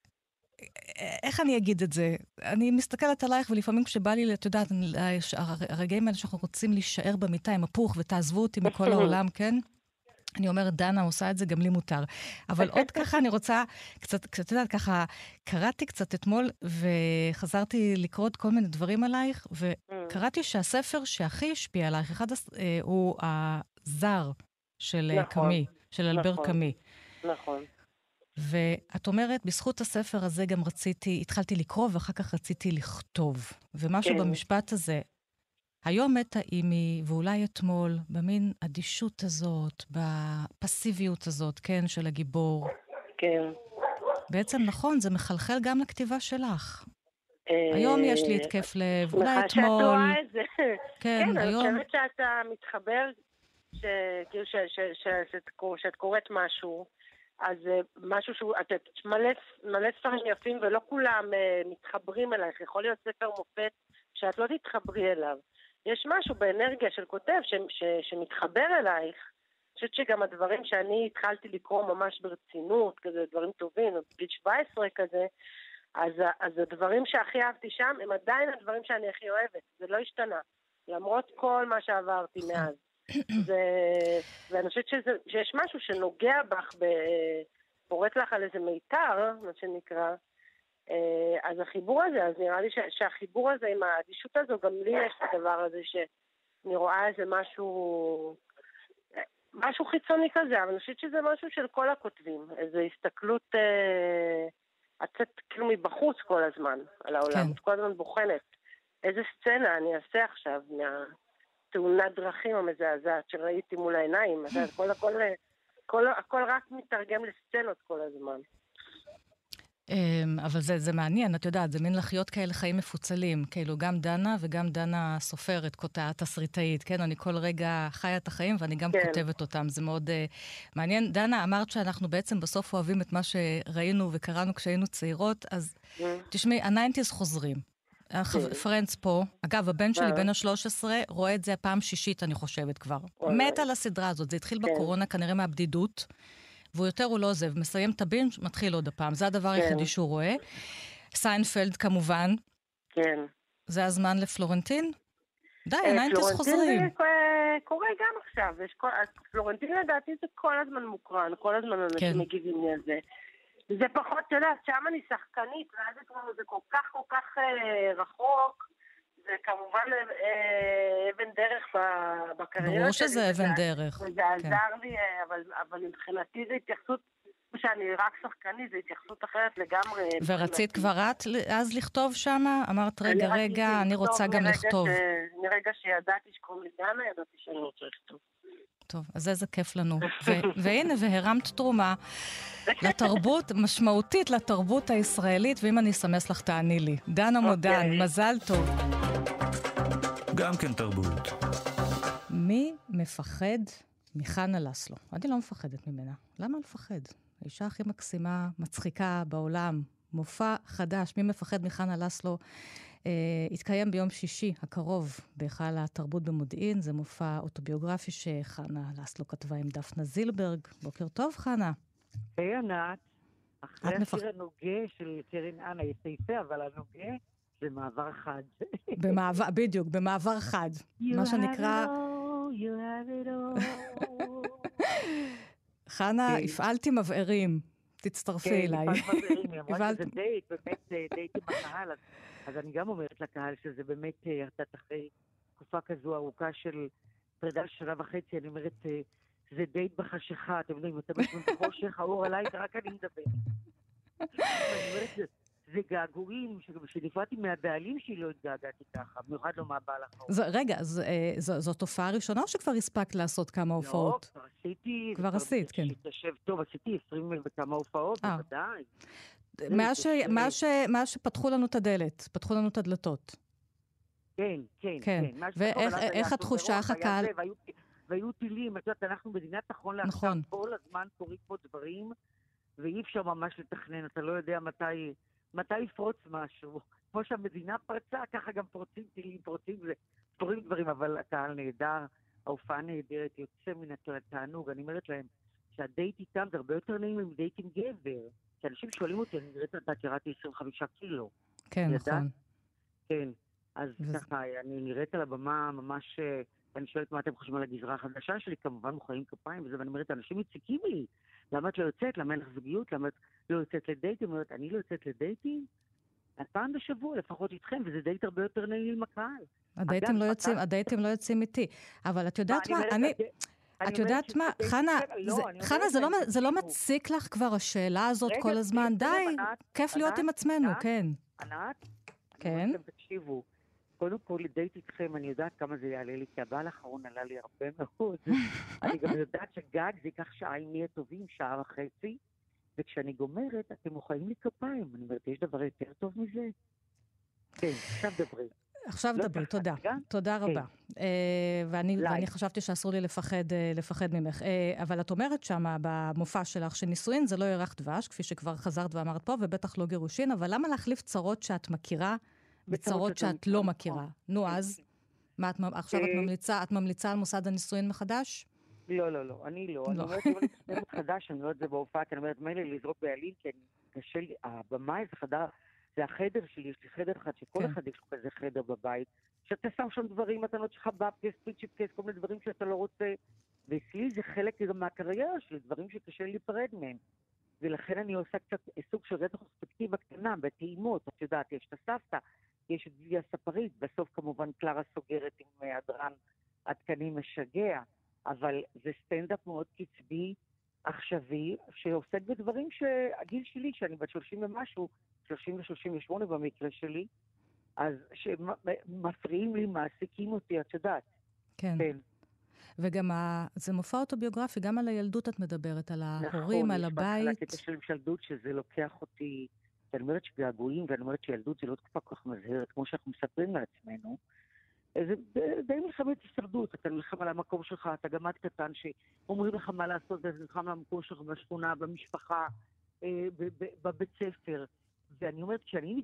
איך אני אגיד את זה? אני מסתכלת עלייך, ולפעמים כשבא לי, את יודעת, הרגעים האלה שאנחנו רוצים להישאר במיטה עם הפוך, ותעזבו אותי מכל העולם, כן? אני אומרת, דנה עושה את זה, גם לי מותר. אבל עוד ככה אני רוצה, קצת יודעת, ככה, קראתי קצת אתמול, וחזרתי לקרוא כל מיני דברים עלייך, וקראתי שהספר שהכי השפיע עלייך, הוא הזר של קמי, של אלבר קמי. נכון. ואת אומרת, בזכות הספר הזה גם התחלתי לקרוא, ואחר כך רציתי לכתוב. ומשהו במשפט הזה, היום מתה אימי, ואולי אתמול, במין אדישות הזאת, בפסיביות הזאת, כן, של הגיבור. כן. בעצם נכון, זה מחלחל גם לכתיבה שלך. היום יש לי התקף לב, אולי אתמול. שאת רואה את זה. כן, היום. אני חושבת שאתה מתחבר, כאילו שאת קוראת משהו, אז משהו מלא ספרים יפים, ולא כולם מתחברים אלייך. יכול להיות ספר מופת שאת לא תתחברי אליו. יש משהו באנרגיה של כותב שמתחבר אלייך. אני חושבת שגם הדברים שאני התחלתי לקרוא ממש ברצינות, כזה דברים טובים, בגיל 17 כזה, אז הדברים שהכי אהבתי שם, הם עדיין הדברים שאני הכי אוהבת. זה לא השתנה. למרות כל מה שעברתי מאז. ואני חושבת שיש משהו שנוגע בך, פורט לך על איזה מיתר, מה שנקרא, אז החיבור הזה, אז נראה לי שהחיבור הזה עם האדישות הזו, גם לי יש את הדבר הזה שאני רואה איזה משהו חיצוני כזה, אבל אני חושבת שזה משהו של כל הכותבים, איזו הסתכלות הצאת כאילו מבחוץ כל הזמן על העולם, את כל הזמן בוחנת איזה סצנה אני אעשה עכשיו מהתאונת דרכים המזעזעת שראיתי מול העיניים, הכל רק מתרגם לסצנות כל הזמן. אבל זה מעניין, את יודעת, זה מין לחיות כאלה חיים מפוצלים, כאילו גם דנה וגם דנה סופרת, תסריטאית, כן? אני כל רגע חיה את החיים ואני גם כותבת אותם, זה מאוד מעניין. דנה, אמרת שאנחנו בעצם בסוף אוהבים את מה שראינו וקראנו כשהיינו צעירות, אז תשמעי, ה-90s חוזרים. פרנדס פה, אגב, הבן שלי בן ה-13 רואה את זה הפעם שישית, אני חושבת כבר. מת על הסדרה הזאת, זה התחיל בקורונה כנראה מהבדידות, והוא יותר הוא לא עוזב, מסיים את הבינג', מתחיל עוד הפעם. זה הדבר היחידי שהוא רואה. סיינפלד כמובן. כן. זה הזמן לפלורנטין? די, ה-90s חוזרים. פלורנטין זה קורה גם עכשיו. פלורנטין לדעתי זה כל הזמן מוקרן, כל הזמן אנשים מגיבים לזה. זה פחות, אתה יודע, שם אני שחקנית, ואז זה כל כך רחוק. זה כמובן אבן דרך בקריירה. ברור שזה אבן דרך. וזה עזר לי, אבל מבחינתי זה התייחסות, שאני רק שחקנית, זה התייחסות אחרת לגמרי. ורצית כבר את אז לכתוב שמה? אמרת רגע, אני רוצה גם לכתוב. מרגע שידעתי שקוראים לי דנה, ידעתי שאני רוצה לכתוב. טוב, אז איזה כיף לנו. והנה, והרמת תרומה לתרבות, משמעותית לתרבות הישראלית, ואם אני אסמס לך, תעני לי. דנה מודן, מזל טוב. גם כן תרבות. מי מפחד מחנה לסלו? אני לא מפחדת ממנה. למה לפחד? האישה הכי מקסימה, מצחיקה בעולם, מופע חדש. מי מפחד מחנה לסלו? התקיים ביום שישי הקרוב בהיכל התרבות במודיעין. זה מופע אוטוביוגרפי שחנה לסלו כתבה עם דפנה זילברג. בוקר טוב, חנה. היי, ענת. אחרי השיר הנוגה של קרן אנה, יפהפה, אבל הנוגה זה מעבר חד. בדיוק, במעבר חד. מה שנקרא... You have it all. חנה, הפעלתי מבערים. תצטרפי אליי. כן, הפעלת מבערים. היא אמרה שזה דייט, באמת דייט עם הקהל. אז אני גם אומרת לקהל שזה באמת הרצאת אחרי תקופה כזו ארוכה של פרידה של 1.5 שנה. אני אומרת, זה דייט בחשיכה. אתם יודעים, אתה משמעות בחושך, האור עליי, זה רק אני מדבר. זה געגועים, כשנפרדתי מהבעלים שלי לא התגעגעתי ככה, במיוחד לא מהבעל האחרון. רגע, זו תופעה ראשונה או שכבר הספקת לעשות כמה הופעות? לא, כבר עשיתי. כבר עשית, כן. טוב, עשיתי 20 וכמה הופעות, בוודאי. מאז שפתחו לנו את הדלת, פתחו לנו את הדלתות. כן. ואיך התחושה, איך הקהל... והיו טילים, את יודעת, אנחנו מדינת נכון לעכשיו, כל הזמן קוראים פה דברים, ואי אפשר ממש לתכנן, אתה לא יודע מתי יפרוץ משהו. כמו שהמדינה פרצה, ככה גם פורצים טילים, פורצים דברים, אבל הקהל נהדר, ההופעה נהדרת, יוצא מן התענוג. אני אומרת להם שהדייט איתם זה הרבה יותר נעים עם דייט עם גבר. כשאנשים שואלים אותי, אני נראית אותה, קראתי 25 קילו. כן, נכון. כן, אז ככה, אני נראית על הבמה ממש... אני שואלת מה אתם חושבים על הגזרה החדשה שלי, כמובן מוחאים כפיים וזה, ואני אומרת, אנשים מציקים לי. למה את לא יוצאת? למה אין לך זוגיות? למה את לא יוצאת לדייטים? אומרת, אני לא יוצאת לדייטים? פעם בשבוע, לפחות איתכם, וזה דייט הרבה יותר נעים עם הקהל. הדייטים לא יוצאים איתי. אבל את יודעת מה? את יודעת מה? חנה, זה לא מציק לך כבר השאלה הזאת כל הזמן? די, כיף להיות עם עצמנו, כן. ענת? כן. תקשיבו. קודם כל, לדייט איתכם, אני יודעת כמה זה יעלה לי, כי הבעל האחרון עלה לי הרבה מאוד. אני גם יודעת שגג זה ייקח שעה, אם נהיה טובים, שעה וחצי, וכשאני גומרת, אתם מוחאים לי כפיים. אני אומרת, יש דבר יותר טוב מזה? כן, עכשיו דברי. תודה רבה. ואני חשבתי שאסור לי לפחד ממך. אבל את אומרת שמה במופע שלך שנישואין זה לא ירח דבש, כפי שכבר חזרת ואמרת פה, ובטח לא גירושין, אבל למה להחליף צרות שאת מכירה בצרות שאת לא מכירה? נו, אז עכשיו את ממליצה על מוסד הנישואין מחדש? לא, אני לא. אני אומרת, אם אני חושב מחדש, אני אומרת את זה בהופעה, כי אני אומרת, מילא לזרוק בעלים, כי קשה לי, הבמה זה חדר, זה החדר שלי, יש לי חדר אחד, שכל אחד יש לו כזה חדר בבית, שאתה שם שם דברים, מתנות שלך בפקס, פיצ'יפקס, כל מיני דברים שאתה לא רוצה, ואצלי זה חלק גם מהקריירה שלי, דברים שקשה לי להיפרד מהם. ולכן אני עושה קצת סוג של רטרוספקטיבה קטנה, בטעימות, את יודעת, יש את הסבתא, יש את זיוויה ספרית, בסוף כמובן קלרה סוגרת עם הדרן עדכני משגע, אבל זה סטנדאפ מאוד קצבי, עכשווי, שעוסק בדברים שהגיל שלי, שאני בת 30 ומשהו, 30 ו-38 במקרה שלי, אז שמפריעים לי, מעסיקים אותי, את יודעת. כן. וגם זה מופע אוטוביוגרפי, גם על הילדות את מדברת, על ההורים, על הבית. נכון, יש בהתחלה קטע של ילדות שזה לוקח אותי, אני אומרת שגעגועים, ואני אומרת שילדות זה לא תקופה כל כך מזהרת, כמו שאנחנו מספרים לעצמנו. זה די מלחמת הישרדות, אתה נלחם על המקום שלך, אתה גם עד קטן שאומרים לך מה לעשות, ואתה נלחם על המקום שלך בשכונה, במשפחה, בבית ספר. ואני אומרת,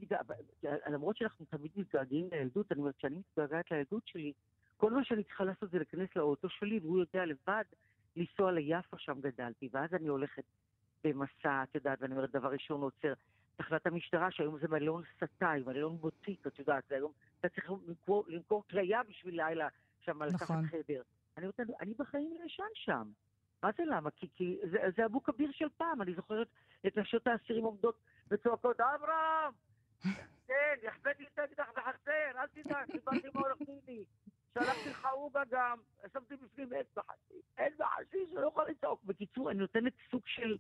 למרות שאנחנו תמיד מתגעגעים לילדות, אני אומרת, כשאני מתגעגעת לילדות שלי, כל מה שאני צריכה לעשות זה להיכנס לאוטו שלי, והוא יודע לבד לנסוע ליפה, שם גדלתי, ואז אני הולכת במסע, את יודעת, ואני אומרת, דבר ראשון עוצר, תחנת המשטרה, שהיום זה מלון סטאי, מלון בוטיק, את יודעת, היום אתה צריך למכור כליה בשביל לילה, שם לקחת חדר. אני בחיים נשן שם. מה זה למה? כי זה אבו כביר של פעם, אני זוכרת את נשות האסירים עומדות וצועקות, אברהם! כן, יחבאתי את האקדח בחצר, אל תדאג, דיברתי עם העורך דיני. שלחתי לך עוגה גם, שמתי בפנים אין בחשיש, אני לא יכול לצעוק. בקיצור, אני נותנת סוג של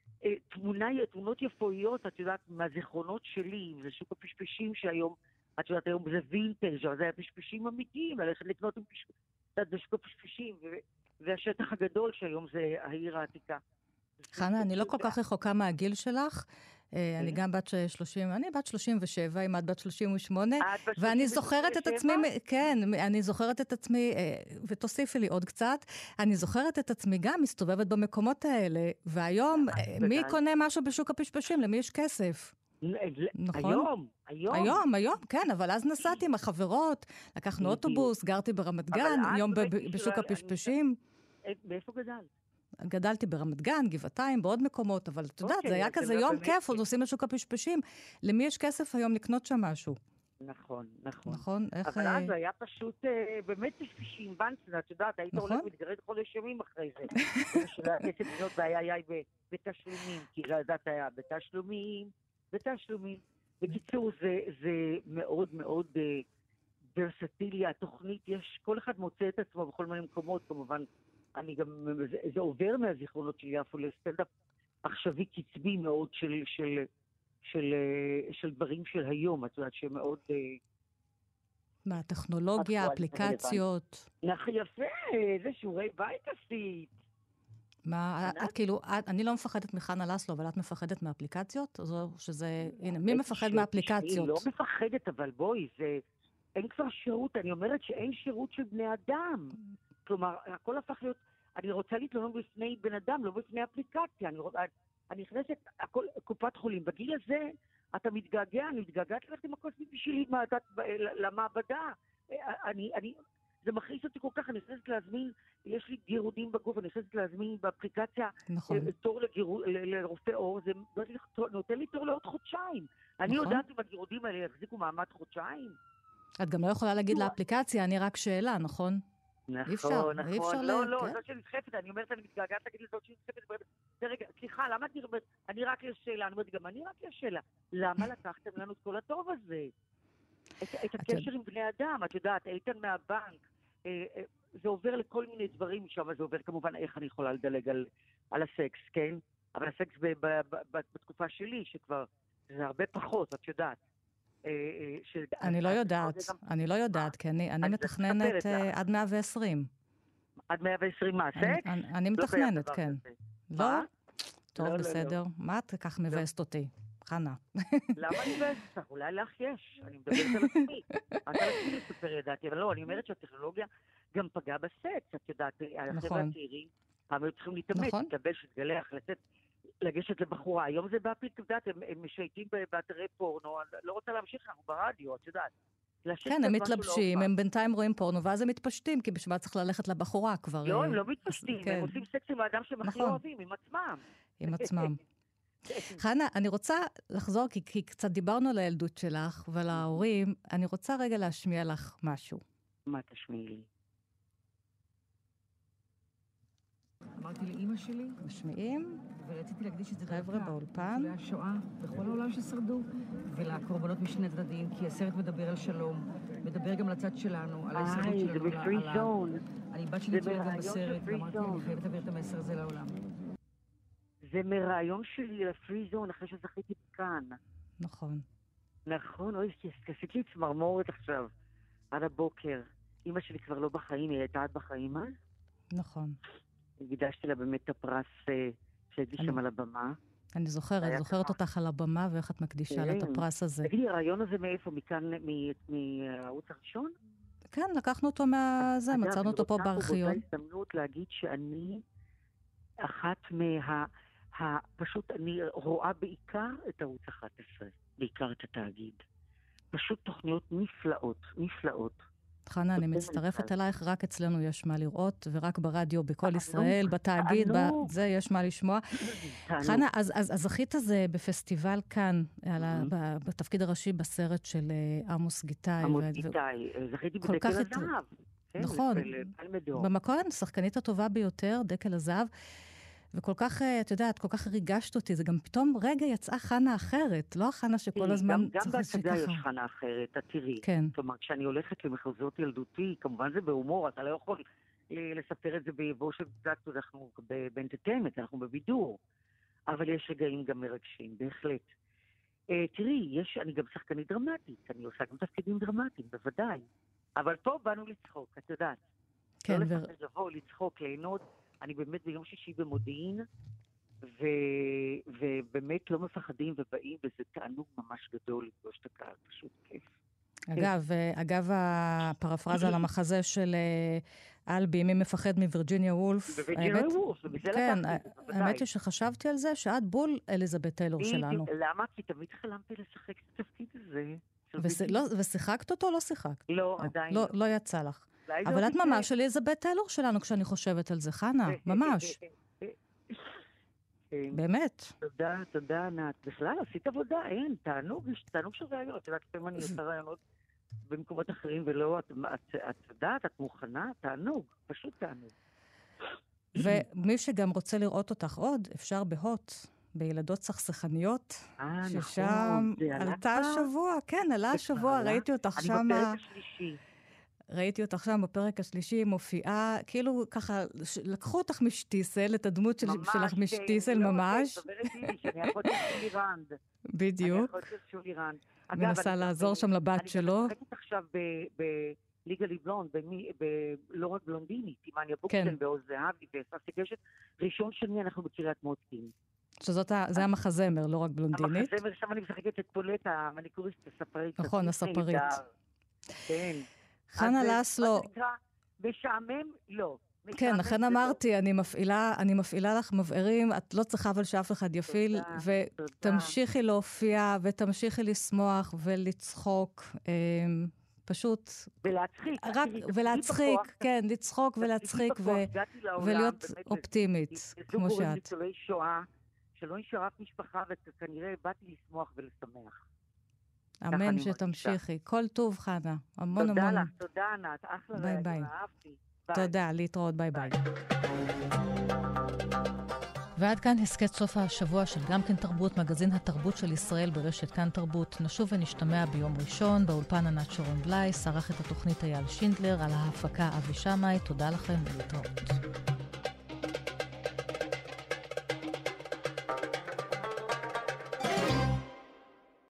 תמונות יפויות, את יודעת, מהזיכרונות שלי, זה שוק הפשפשים שהיום, את יודעת, היום זה וינטג', אבל זה היה פשפשים אמיתיים, ללכת לקנות עם שוק הפשפשים, והשטח הגדול שהיום זה העיר העתיקה. חנה, אני לא כל כך רחוקה מהגיל שלך, אני גם בת 30, אני בת 37, אם את בת 38, ואני זוכרת את עצמי, כן, אני זוכרת את עצמי, ותוסיפי לי עוד קצת, אני זוכרת את עצמי גם מסתובבת במקומות האלה, והיום, מי קונה משהו בשוק הפשפשים? למי יש כסף? נכון? היום, כן, אבל אז נסעתי עם החברות, לקחנו אוטובוס, גרתי ברמת גן, יום בשוק הפשפשים. מאיפה גדלת? גדלתי ברמת גן, גבעתיים, בעוד מקומות, אבל את יודעת, זה היה כזה יום כיף, עוד נוסעים לשוק הפשפשים. למי יש כסף היום לקנות שם משהו? נכון. איך... אבל אז היה פשוט באמת פשפשים, בנצנה, את יודעת, היית הולך מתגרד חודש ימים אחרי זה. שלא היה כסף לקנות והיה בתשלומים, כי לא יודעת, היה בתשלומים. בקיצור, זה מאוד מאוד ורסטילי, התוכנית, כל אחד מוצא את עצמו בכל מיני מקומות, כמובן, זה עובר מהזיכרונות שלי, אפילו לסטנדאפ עכשווי קצבי מאוד של של דברים של היום, את יודעת שמאוד... מה, טכנולוגיה, אפליקציות? יפה, איזה שיעורי בית עשית. מה, את כאילו, אני לא מפחדת מחנה לסלו, אבל את מפחדת מאפליקציות? שזה, הנה, מי מפחד מאפליקציות? אני לא מפחדת, אבל בואי, אין כבר שירות, אני אומרת שאין שירות של בני אדם. כלומר, הכל הפך להיות, אני רוצה להתלונן בפני בן אדם, לא בפני אפליקציה. אני נכנסת, קופת חולים. בגיל הזה, אתה מתגעגע, אני מתגעגעת ללכת עם הכוס בשבילי למעבדה. זה מכריס אותי כל כך, אני נכנסת להזמין, יש לי גירודים בגוף, אני נכנסת להזמין באפליקציה תור לרופא עור, זה נותן לי תור לעוד חודשיים. אני יודעת אם הגירודים האלה יחזיקו מעמד חודשיים. את גם לא יכולה להגיד לאפליקציה, אני רק שאלה, נכון? נכון, נכון. לא, זאת שנדחפת, אני אומרת, אני מתגעגעת להגיד לזאת שנדחפת. רגע, סליחה, למה את נרמת? אני רק יש שאלה, אני אומרת, גם אני רק יש שאלה. למה לקחתם לנו את כל הטוב הזה? את הקשר עם בני אדם, את יודעת, איתן מהבנק, זה עובר לכל מיני דברים שם, זה עובר כמובן איך אני יכולה לדלג על הסקס, כן? אבל הסקס בתקופה שלי, שכבר זה הרבה פחות, את יודעת. אני לא יודעת, כי אני מתכננת עד 120. עד 120 מה, סקס? אני מתכננת, כן. לא? טוב, בסדר. מה את כך מבאסת אותי? חנה. למה אני מבאסת? אולי לך יש. אני מדברת על עצמי. אתה עצמי לסופר ידעתי, אבל לא, אני אומרת שהטכנולוגיה גם פגעה בסקס. את יודעת, החבר'ה הצעירים, הם היו צריכים להתאמץ, להתלבש, להתגלח, לגשת לבחורה. היום זה באפליקציה, הם משייטים באתרי פורנו, לא רוצה להמשיך, אנחנו ברדיו, את יודעת. כן, הם מתלבשים, הם בינתיים רואים פורנו, ואז הם מתפשטים, כי בשביל צריך ללכת לבחורה כבר. לא, הם לא מתפשטים, הם עושים סקס עם האדם שהם הכי אוהבים, עם עצמם. עם עצמם. חנה, אני רוצה לחזור, כי קצת דיברנו על הילדות שלך ועל ההורים, אני רוצה רגע להשמיע לך משהו. מה תשמיעי לי? אמרתי לאמא שלי, משמיעים, ורציתי להקדיש את זה חבר'ה באולפן, לניצולי השואה בכל העולם ששרדו, ולקורבנות משני צדדים, כי הסרט מדבר על שלום, מדבר גם לצד שלנו, על ההישרדות שלנו, זה בפרי זון. אני בת שלי צופה גם בסרט, ואמרתי, אני חייבת להעביר את המסר הזה לעולם. זה מרעיון שלי לפרי זון, אחרי שזכיתי כאן. נכון. נכון, אוי, עשית לי צמרמורת עכשיו, עד הבוקר. אמא שלי כבר לא בחיים, היא הייתה עד בחיים אז? נכון. הקדשתי לה באמת את הפרס שהייתי שם על הבמה. אני זוכרת אותך על הבמה, ואיך את מקדישה לה את הפרס הזה. תגידי, הרעיון הזה מאיפה? מכאן, מהערוץ הראשון? כן, לקחנו אותו מהזה, מצאנו אותו פה בארכיון. אני רוצה הזדמנות להגיד שאני אחת פשוט אני רואה בעיקר את ערוץ 11, בעיקר את התאגיד. פשוט תוכניות נפלאות, נפלאות. חנה, אני מצטרפת אלייך, רק אצלנו יש מה לראות, ורק ברדיו, בכל ישראל, בתאגיד, זה יש מה לשמוע. חנה, אז זכית זה בפסטיבל כאן, בתפקיד הראשי בסרט של עמוס גיטאי. עמוס גיטאי, זכיתי בדקל הזהב. נכון, במקום, שחקנית הטובה ביותר, דקל הזהב, וכל כך, את יודעת, כל כך ריגשת אותי, זה גם פתאום רגע יצאה חנה אחרת, לא החנה שכל הזמן גם בהצגה יש חנה אחרת, את תראי. כן. כלומר, כשאני הולכת למחזות ילדותי, כמובן זה בהומור, אתה לא יכול לספר את זה ביבוא של קצת, אנחנו באנטרטיימנט, אנחנו בבידור. אבל יש רגעים גם מרגשים, בהחלט. תראי, אני גם שחקנית דרמטית, אני עושה גם תפקידים דרמטיים, בוודאי. אבל פה באנו לצחוק, את יודעת. כן, לא לפחד לבוא, לצחוק, ליהנות. אני באמת ביום שישי במודיעין, ובאמת לא מפחדים ובאים, וזה תענוג ממש גדול לפגוש את הקהל, פשוט כיף. אגב, הפרפרזה על המחזה של אלבי, מי מפחד מווירג'יניה וולף. בווירג'יניה וולף, ובזה לקחתי. האמת היא שחשבתי על זה, שאת בול אליזבת טיילור שלנו. למה? כי תמיד חלמתי לשחק את התפקיד הזה. ושיחקת אותו או לא שיחקת? לא, עדיין לא. לא יצא לך. אבל את ממש אליזבת טיילור שלנו כשאני חושבת על זה, חנה, ממש. באמת. תודה, ענת. בכלל, עשית עבודה, אין, תענוג של רעיונות. את יודעת, לפעמים אני עושה רעיונות במקומות אחרים, ולא, את יודעת, את מוכנה, תענוג, פשוט תענוג. ומי שגם רוצה לראות אותך עוד, אפשר בהוט, בילדות סכסכניות, ששם עלתה השבוע, כן, עלה השבוע, ראיתי אותך שם. אני בפרק השלישי. ראיתי אותך שם בפרק השלישי, מופיעה, כאילו ככה, לקחו אותך משטיסל, את הדמות שלך משטיסל ממש. ממש, כן, אני אחות של שולי רנד. בדיוק. אני אחות של שולי רנד. מנסה לעזור שם לבת שלו. אני משחקת עכשיו ליגלי בלונד, לא רק בלונדינית, עם אניה בוקשטיין ועוז זהבי וססי קשת, ראשון שני אנחנו בקריית מוצקין. זה המחזמר, לא רק בלונדינית. המחזמר, שם אני משחקת את פולט, המניקוריסט, הספרית. נכון, הספרית. כן. חנה לסלו. מה שנקרא, משעמם? לא. כן, לכן אמרתי, אני מפעילה לך מבערים, את לא צריכה אבל שאף אחד יפעיל, ותמשיכי להופיע, ותמשיכי לשמוח ולצחוק. פשוט... ולהצחיק, כן, לצחוק ולהצחיק ולהיות אופטימית, כמו שאת. ניצולי שואה, שלא נשאר אף משפחה, וכנראה באתי לשמוח ולשמח. אמן שתמשיכי. כל טוב, חנה. המון המון. תודה לך, תודה ענת. אחלה רעיון, אהבתי. תודה, להתראות, ביי ביי. ועד כאן הסקט סוף השבוע של גם כן תרבות, מגזין התרבות של ישראל ברשת כאן תרבות. נשוב ונשתמע ביום ראשון, באולפן ענת שרון בלייס, ערך את התוכנית אייל שינדלר, על ההפקה אבי שמאי. תודה לכם ולהתראות.